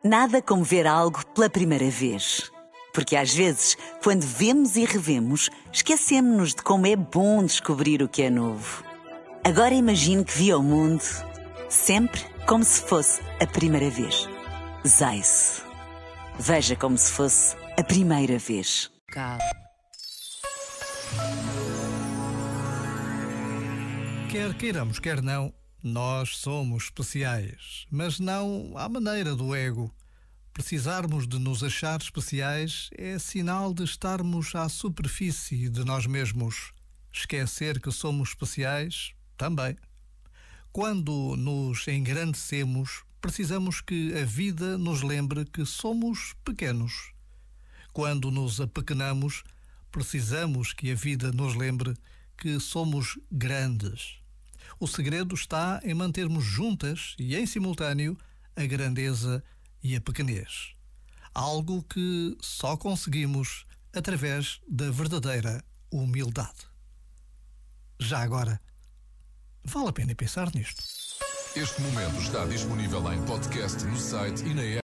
Nada como ver algo pela primeira vez. Porque às vezes, quando vemos e revemos, esquecemos-nos de como é bom descobrir o que é novo. Agora imagine que viu o mundo sempre como se fosse a primeira vez. Zais. Veja como se fosse a primeira vez. Quer queiramos, quer não, nós somos especiais, mas não à maneira do ego. Precisarmos de nos achar especiais é sinal de estarmos à superfície de nós mesmos. Esquecer que somos especiais, também. Quando nos engrandecemos, precisamos que a vida nos lembre que somos pequenos. Quando nos apequenamos, precisamos que a vida nos lembre que somos grandes. O segredo está em mantermos juntas e em simultâneo a grandeza e a pequenez. Algo que só conseguimos através da verdadeira humildade. Já agora, vale a pena pensar nisto. Este momento está disponível em podcast no site e na app.